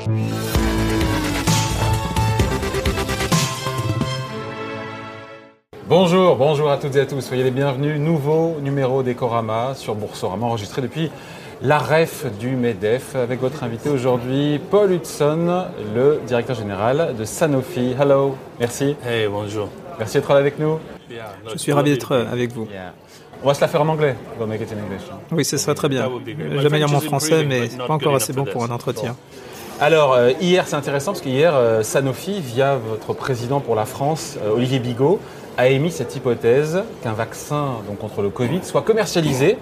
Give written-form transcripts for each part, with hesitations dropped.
Bonjour à toutes et à tous, soyez les bienvenus. Nouveau numéro d'Ecorama sur Boursorama, enregistré depuis la REF du MEDEF, avec votre invité aujourd'hui, Paul Hudson, le directeur général de Sanofi. Hello, merci. Hey, bonjour. Merci d'être là avec nous. Je suis ravi d'être avec vous. On va se la faire en anglais. We'll make it in English. Oui, ce serait très bien. J'améliore mon français, mais c'est pas encore assez bon pour un entretien. Alors, hier, c'est intéressant parce qu'hier, Sanofi, via votre président pour la France, Olivier Bigot, a émis cette hypothèse qu'un vaccin donc, contre le Covid soit commercialisé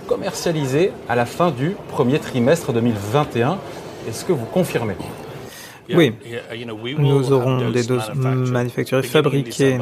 à la fin du premier trimestre 2021. Est-ce que vous confirmez ? Oui, nous aurons des doses manufacturées, fabriquées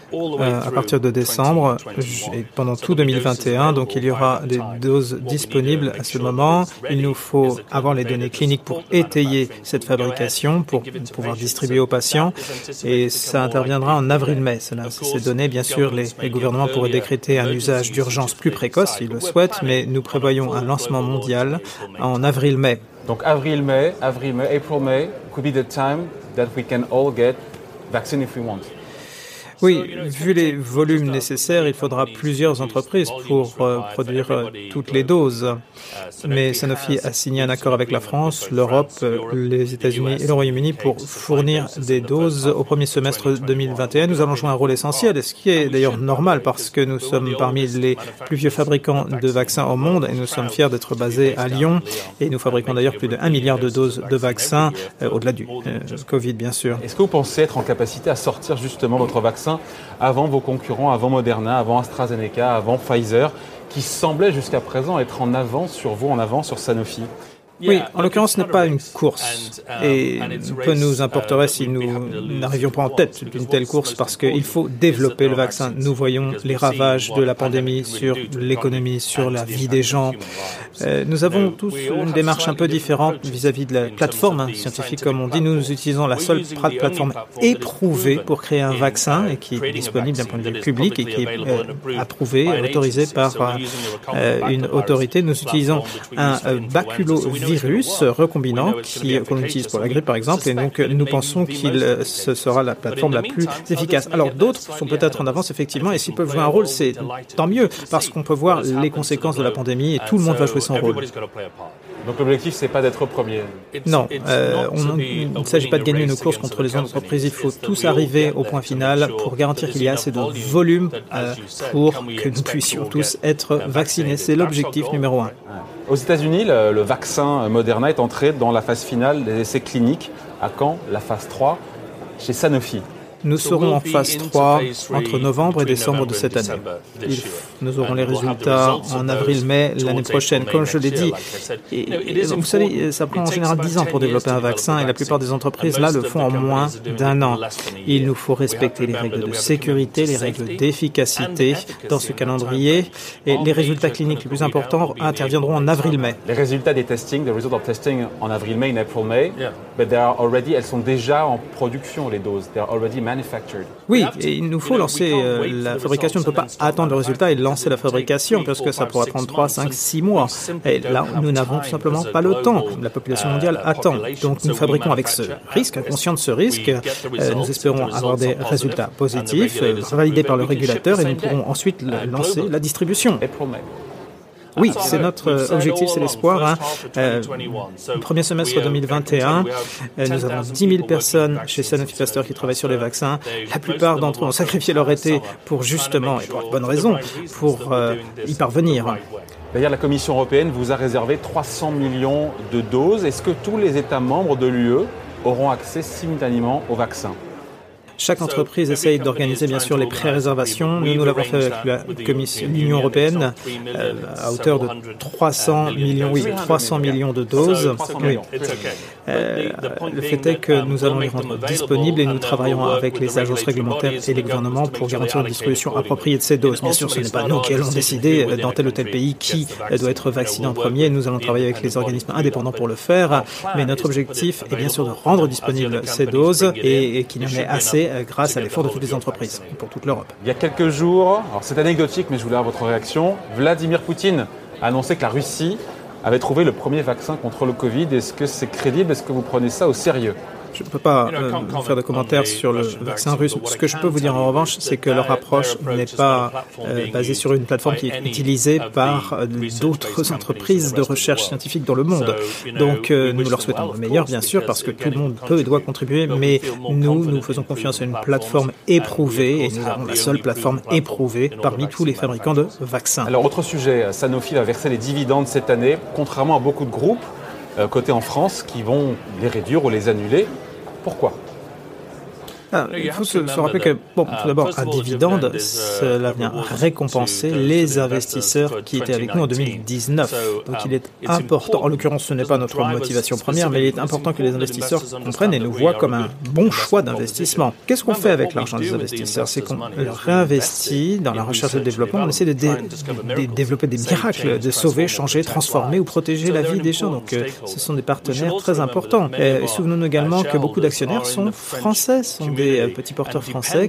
à partir de décembre et pendant tout 2021. Donc il y aura des doses disponibles à ce moment. Il nous faut avoir les données cliniques pour étayer cette fabrication, pour pouvoir distribuer aux patients. Et ça interviendra en avril-mai. Ces données, bien sûr, les gouvernements pourraient décréter un usage d'urgence plus précoce s'ils le souhaitent, mais nous prévoyons un lancement mondial en avril-mai. Donc avril-mai, April-May could be the time that we can all get vaccine if we want. Oui, vu les volumes nécessaires, il faudra plusieurs entreprises pour produire toutes les doses. Mais Sanofi a signé un accord avec la France, l'Europe, les États-Unis et le Royaume-Uni pour fournir des doses au premier semestre 2021. Nous allons jouer un rôle essentiel, et ce qui est d'ailleurs normal parce que nous sommes parmi les plus vieux fabricants de vaccins au monde et nous sommes fiers d'être basés à Lyon. Et nous fabriquons d'ailleurs plus de 1 milliard de doses de vaccins, au-delà du Covid bien sûr. Est-ce que vous pensez être en capacité à sortir justement votre vaccin avant vos concurrents, avant Moderna, avant AstraZeneca, avant Pfizer, qui semblaient jusqu'à présent être en avance sur vous, en avance sur Sanofi ? Oui, en l'occurrence, ce n'est pas une course et peu nous importerait si nous n'arrivions pas en tête d'une telle course parce qu'il faut développer le vaccin. Nous voyons les ravages de la pandémie sur l'économie, sur la vie des gens. Nous avons tous une démarche un peu différente vis-à-vis de la plateforme scientifique, comme on dit. Nous utilisons la seule plateforme éprouvée pour créer un vaccin et qui est disponible d'un point de vue public et qui est approuvé, autorisé par une autorité. Nous utilisons un baculovirus recombinant qu'on utilise pour la grippe par exemple et donc nous pensons ce sera la plateforme la plus efficace. Alors d'autres sont peut-être en avance effectivement et s'ils peuvent jouer un rôle c'est tant mieux parce qu'on peut voir les conséquences de la pandémie et tout le monde va jouer son rôle. Donc l'objectif c'est pas d'être premier. Non, il ne s'agit pas de gagner une course contre les entreprises, il faut tous arriver au point final pour garantir qu'il y a assez de volume pour que nous puissions tous être vaccinés. C'est l'objectif numéro 1. Aux États-Unis, le vaccin Moderna est entré dans la phase finale des essais cliniques. À quand la phase 3 chez Sanofi ? Nous serons en phase 3 entre novembre et décembre de cette année. Nous aurons les résultats en avril-mai l'année prochaine. Comme je l'ai dit, vous savez, ça prend en général 10 ans pour développer un vaccin et la plupart des entreprises là le font en moins d'1 an. Il nous faut respecter les règles de sécurité, les règles d'efficacité dans ce calendrier et les résultats cliniques les plus importants interviendront en avril-mai. Les résultats des testings, the result of testing en avril-mai, in April-May, but elles sont déjà en production les doses. They are already manufactured. Oui, et il nous faut lancer la fabrication. On ne peut pas attendre le résultat et lancer la fabrication parce que ça pourra prendre 3, 5, 6 mois. Et là, nous n'avons tout simplement pas le temps. La population mondiale attend. Donc nous fabriquons avec ce risque, conscient de ce risque. Nous espérons avoir des résultats positifs, validés par le régulateur et nous pourrons ensuite lancer la distribution. Oui, c'est notre objectif, c'est l'espoir. Premier semestre 2021, nous avons 10 000 personnes chez Sanofi Pasteur qui travaillent sur les vaccins. La plupart d'entre eux ont sacrifié leur été pour justement, et pour de bonnes raisons, pour y parvenir. D'ailleurs, la Commission européenne vous a réservé 300 millions de doses. Est-ce que tous les États membres de l'UE auront accès simultanément au vaccin ? Chaque entreprise essaye d'organiser bien sûr les pré-réservations. Nous l'avons fait avec la Commission, l'Union européenne à hauteur de 300 millions de doses. Oui. Le fait est que nous allons les rendre disponibles et nous travaillons avec les agences réglementaires et les gouvernements pour garantir une distribution appropriée de ces doses. Bien sûr, ce n'est pas nous qui allons décider dans tel ou tel pays qui doit être vacciné en premier. Nous allons travailler avec les organismes indépendants pour le faire. Mais notre objectif est bien sûr de rendre disponibles ces doses et qu'il y en ait assez grâce à l'effort de toutes les entreprises pour toute l'Europe. Il y a quelques jours, alors c'est anecdotique mais je voulais avoir votre réaction, Vladimir Poutine a annoncé que la Russie avait trouvé le premier vaccin contre le Covid. Est-ce que c'est crédible? Est-ce que vous prenez ça au sérieux? Je ne peux pas faire de commentaires sur le vaccin russe. Ce que je peux vous dire en revanche, c'est que leur approche n'est pas basée sur une plateforme qui est utilisée par d'autres entreprises de recherche scientifique dans le monde. Donc nous leur souhaitons le meilleur, bien sûr, parce que tout le monde peut et doit contribuer, mais nous faisons confiance à une plateforme éprouvée, et nous avons la seule plateforme éprouvée parmi tous les fabricants de vaccins. Alors, autre sujet, Sanofi va verser les dividendes cette année, contrairement à beaucoup de groupes cotés en France qui vont les réduire ou les annuler. Pourquoi? Il faut se rappeler que, tout d'abord, un dividende, cela vient récompenser les investisseurs qui étaient avec nous en 2019. Donc il est important, en l'occurrence ce n'est pas notre motivation première, mais il est important que les investisseurs comprennent et nous voient comme un bon choix d'investissement. Qu'est-ce qu'on fait avec l'argent des investisseurs? C'est qu'on le réinvestit dans la recherche et le développement, on essaie de développer des miracles, de sauver, changer, transformer ou protéger la vie des gens. Donc ce sont des partenaires très importants. Et souvenons-nous également que beaucoup d'actionnaires sont français, sont des petits porteurs français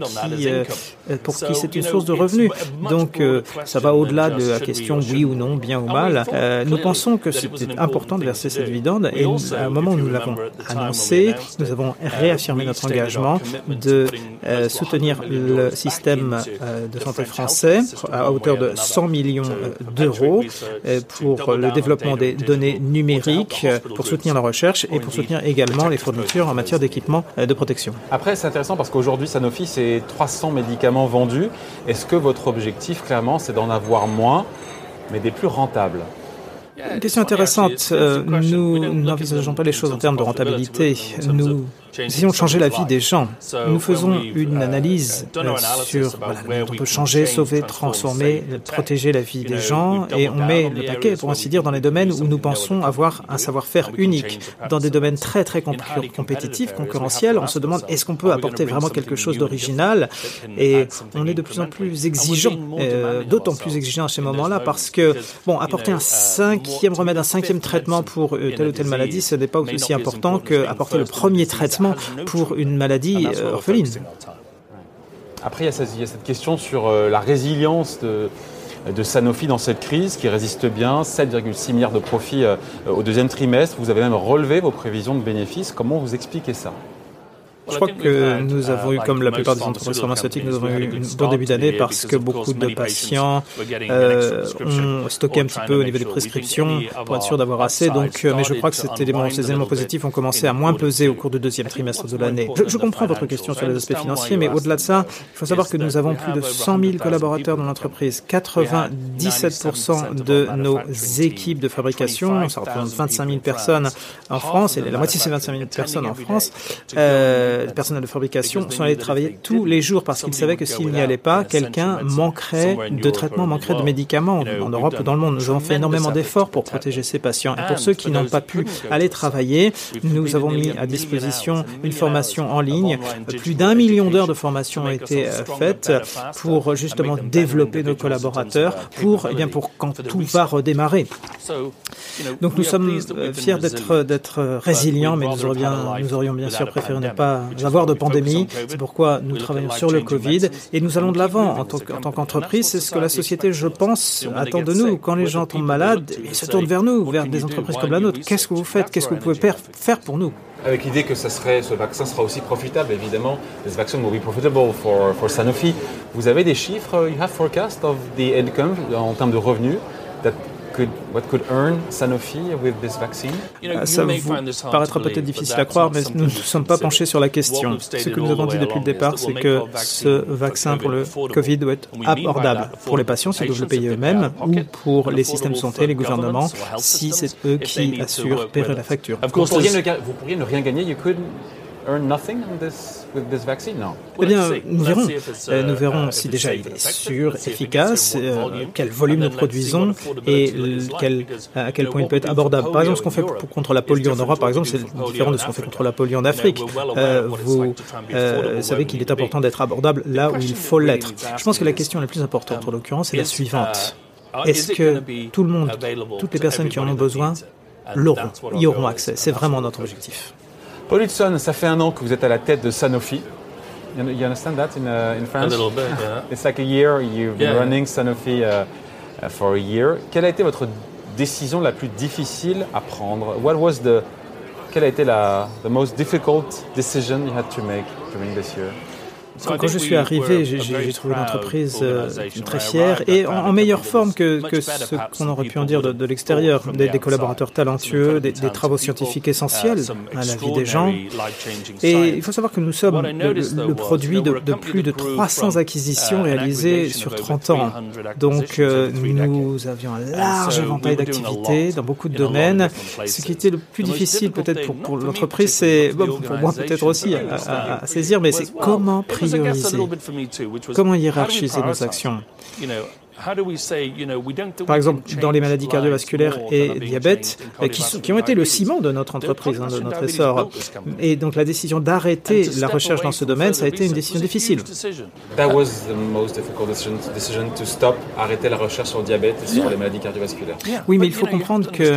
pour qui c'est une source de revenus. Donc ça va au-delà de la question oui ou non, bien ou mal. Nous pensons que c'était important de verser ces dividendes et à un moment où nous l'avons annoncé, nous avons réaffirmé notre engagement de soutenir le système de santé français à hauteur de 100 millions d'euros pour le développement des données numériques, pour soutenir la recherche et pour soutenir également les fournitures en matière d'équipement de protection. Après, c'est intéressant parce qu'aujourd'hui, Sanofi, c'est 300 médicaments vendus. Est-ce que votre objectif, clairement, c'est d'en avoir moins, mais des plus rentables? Une question intéressante. Nous n'envisageons pas les choses en termes de rentabilité. Nous essayons de changer la vie des gens. Nous faisons une analyse sur on peut changer, sauver, transformer, protéger la vie des gens et on met le paquet, pour ainsi dire, dans les domaines où nous pensons avoir un savoir-faire unique. Dans des domaines très très compétitifs, concurrentiels, on se demande est-ce qu'on peut apporter vraiment quelque chose d'original et on est de plus en plus exigeant, d'autant plus exigeant à ces moments-là parce que, apporter un cinquième remède, un cinquième traitement pour telle ou telle maladie, ce n'est pas aussi important qu'apporter le premier traitement pour une maladie orpheline. Après, il y a cette question sur la résilience de Sanofi dans cette crise qui résiste bien, 7,6 milliards de profits au deuxième trimestre. Vous avez même relevé vos prévisions de bénéfices. Comment vous expliquez ça? Je crois que nous avons eu, comme la plupart des entreprises pharmaceutiques, nous avons eu un bon début d'année parce que beaucoup de patients ont stocké un petit peu au niveau des prescriptions pour être sûr d'avoir assez. Donc, mais je crois que ces éléments positifs ont commencé à moins peser au cours du deuxième trimestre de l'année. Je comprends votre question sur les aspects financiers, mais au-delà de ça, il faut savoir que nous avons plus de 100 000 collaborateurs dans l'entreprise. 97% de nos équipes de fabrication, ça représente 25 000 personnes en France, et la moitié de ces 25 000 personnes en France, les personnels de fabrication sont allés travailler tous les jours parce qu'ils savaient que s'ils n'y allaient pas, quelqu'un manquerait de traitement, manquerait de médicaments en Europe ou dans le monde. Nous avons fait énormément d'efforts pour protéger ces patients. Et pour ceux qui n'ont pas pu aller travailler, nous avons mis à disposition une formation en ligne. Plus d'1 million d'heures de formation ont été faites pour justement développer nos collaborateurs pour quand tout va redémarrer. Donc nous sommes fiers d'être résilients, mais nous aurions bien sûr préféré ne pas avoir de pandémie. C'est pourquoi nous travaillons sur le Covid et nous allons de l'avant en tant qu'entreprise. C'est ce que la société, je pense, attend de nous. Quand les gens tombent malades, ils se tournent vers nous, vers des entreprises comme la nôtre. Qu'est-ce que vous faites? Qu'est-ce que vous pouvez faire pour nous? Avec l'idée que ce vaccin sera aussi profitable, évidemment. This vaccine will be profitable for Sanofi. Vous avez des chiffres, you have forecast of the income en termes de revenus what could earn Sanofi with this vaccine? Ça vous paraîtra peut-être difficile à croire, mais nous ne nous sommes pas penchés sur la question. Ce que nous avons dit depuis le départ, c'est que ce vaccin pour le Covid doit être abordable pour les patients s'ils doivent le payer eux-mêmes ou pour les systèmes de santé, les gouvernements, si c'est eux qui assurent payer la facture. Vous pourriez ne rien gagner, you could earn nothing with this vaccine? No. Eh bien, nous verrons. Nous verrons si déjà il est sûr, efficace, quel volume nous produisons et à quel point il peut être abordable. Par exemple, ce qu'on fait contre la polio en Europe, par exemple, c'est différent de ce qu'on fait contre la polio en Afrique. Vous savez qu'il est important d'être abordable là où il faut l'être. Je pense que la question la plus importante, en l'occurrence, est la suivante. Est-ce que tout le monde, toutes les personnes qui en ont besoin, y auront accès? C'est vraiment notre objectif. Paul Hudson, ça fait 1 an que vous êtes à la tête de Sanofi. You understand that in France? A little bit, yeah. It's like a year. You've been running Sanofi for a year. Quelle a été votre décision la plus difficile à prendre? Quelle a été the most difficult decision you had to make during this year? Quand je suis arrivé, j'ai trouvé l'entreprise très fière et en meilleure forme que ce qu'on aurait pu en dire de l'extérieur. Des collaborateurs talentueux, des travaux scientifiques essentiels à la vie des gens. Et il faut savoir que nous sommes le produit de plus de 300 acquisitions réalisées sur 30 ans. Donc nous avions un large éventail d'activités dans beaucoup de domaines. Ce qui était le plus difficile peut-être pour l'entreprise, c'est, pour moi peut-être aussi à saisir, mais c'est comment prioriser. Comment hiérarchiser nos actions? Par exemple, dans les maladies cardiovasculaires et diabète, qui ont été le ciment de notre entreprise, de notre essor. Et donc la décision d'arrêter la recherche dans ce domaine, ça a été une décision difficile. That was the most difficult decision to stop, arrêter la recherche sur le diabète et sur les maladies cardiovasculaires. Oui, mais il faut comprendre que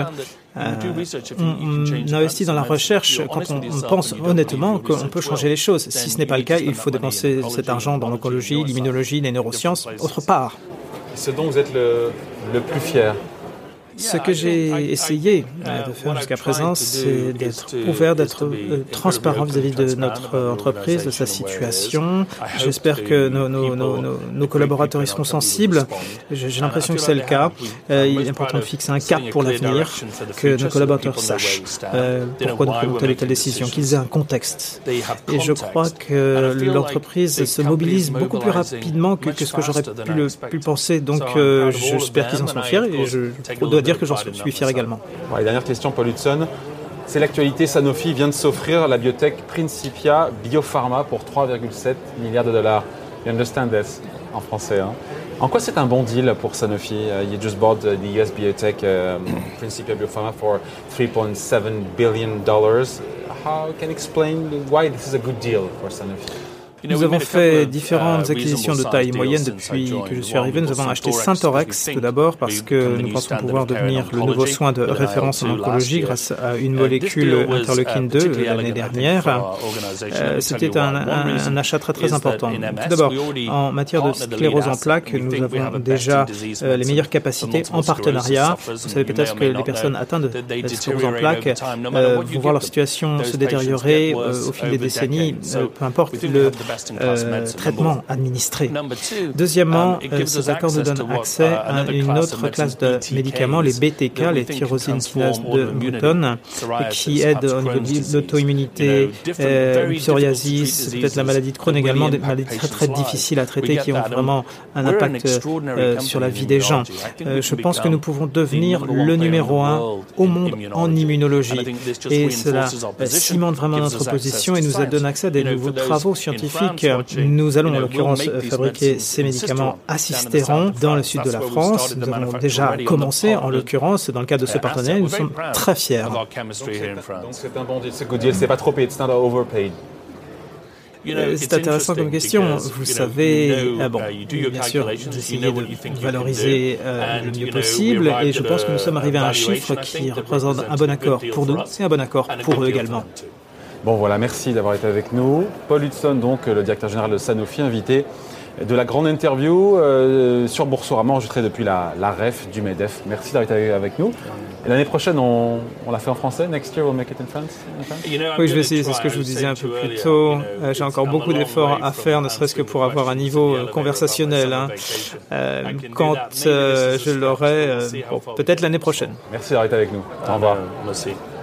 on investit dans la recherche quand on pense honnêtement qu'on peut changer les choses. Si ce n'est pas le cas, il faut dépenser cet argent dans l'oncologie, l'immunologie, les neurosciences, autre part. Ce dont vous êtes le plus fier? Ce que j'ai essayé de faire jusqu'à présent, c'est d'être ouvert, d'être transparent vis-à-vis de notre entreprise, de sa situation. J'espère que nos collaborateurs y seront sensibles. J'ai l'impression que c'est le cas. Il est important de fixer un cap pour l'avenir, que nos collaborateurs sachent pourquoi nous prenons telle ou telle décision, qu'ils aient un contexte. Et je crois que l'entreprise se mobilise beaucoup plus rapidement que ce que j'aurais pu penser. Donc j'espère qu'ils en sont fiers et je dois dire que j'en suis fier également. Ouais, dernière question, Paul Hudson. C'est l'actualité, Sanofi vient de s'offrir la biotech Principia Biopharma pour 3,7 milliards de dollars. You understand this en français. Hein? En quoi c'est un bon deal pour Sanofi? You just bought the US biotech Principia Biopharma for $3.7 billion. How can you explain why this is a good deal for Sanofi? Nous avons fait différentes acquisitions de taille moyenne depuis que je suis arrivé. Nous avons acheté Syntorex tout d'abord parce que nous pensons pouvoir devenir le nouveau soin de référence en oncologie grâce à une molécule interleukine 2 l'année dernière. C'était un achat très important. Tout d'abord, en matière de sclérose en plaques, nous avons déjà les meilleures capacités en partenariat. Vous savez peut-être que les personnes atteintes de sclérose en plaques vont voir leur situation se détériorer au fil des décennies, peu importe le traitement administré. Deuxièmement, cet accord nous donne accès à une autre classe de médicaments, les BTK, les tyrosine kinase de Newton, qui aident au niveau de l'auto-immunité, psoriasis, peut-être la maladie de Crohn également, des maladies très difficiles à traiter qui ont vraiment un impact sur la vie des gens. Je pense que nous pouvons devenir le numéro 1 au monde en immunologie. Et cela cimente vraiment notre position et nous donne accès à des nouveaux travaux scientifiques. Nous allons en l'occurrence fabriquer ces médicaments à Sisteron dans le sud de la France. Nous avons déjà commencé en l'occurrence dans le cadre de ce partenariat. Nous sommes très fiers. Donc c'est un bon deal, c'est good deal, c'est pas trop payé, it's not overpaid. C'est intéressant comme question. Vous savez, bien sûr, d'essayer de valoriser le mieux possible et je pense que nous sommes arrivés à un chiffre qui représente un bon accord pour nous et un bon accord pour eux également. Bon voilà, merci d'avoir été avec nous. Paul Hudson, donc le directeur général de Sanofi, invité de la grande interview sur Boursorama, enregistrée depuis la REF du MEDEF. Merci d'avoir été avec nous. Et l'année prochaine, on l'a fait en français. Next year, we'll make it in France. Oui, je vais essayer, c'est ce que je vous disais un peu plus tôt. J'ai encore beaucoup d'efforts à faire, ne serait-ce que pour avoir un niveau conversationnel. Quand je l'aurai, peut-être l'année prochaine. Merci d'avoir été avec nous. Au revoir. Merci.